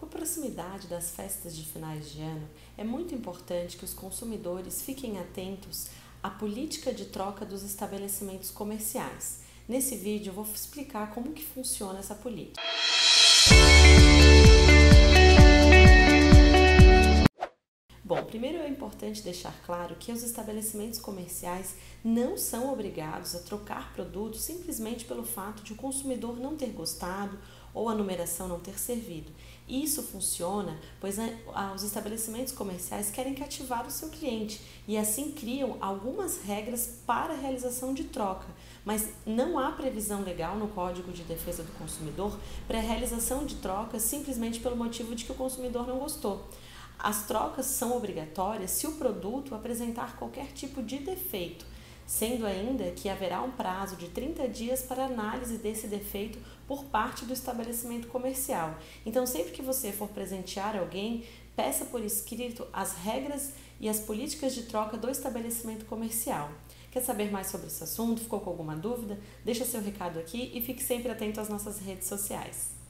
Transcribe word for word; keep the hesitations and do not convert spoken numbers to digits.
a proximidade das festas de finais de ano, é muito importante que os consumidores fiquem atentos à política de troca dos estabelecimentos comerciais. Nesse vídeo eu vou explicar como que funciona essa política. Bom, primeiro é importante deixar claro que os estabelecimentos comerciais não são obrigados a trocar produtos simplesmente pelo fato de o consumidor não ter gostado ou a numeração não ter servido. Isso funciona pois os estabelecimentos comerciais querem cativar o seu cliente e assim criam algumas regras para a realização de troca, mas não há previsão legal no Código de Defesa do Consumidor para a realização de trocas simplesmente pelo motivo de que o consumidor não gostou. As trocas são obrigatórias se o produto apresentar qualquer tipo de defeito, sendo ainda que haverá um prazo de trinta dias para análise desse defeito por parte do estabelecimento comercial. Então, sempre que você for presentear alguém, peça por escrito as regras e as políticas de troca do estabelecimento comercial. Quer saber mais sobre esse assunto? Ficou com alguma dúvida? Deixa seu recado aqui e fique sempre atento às nossas redes sociais.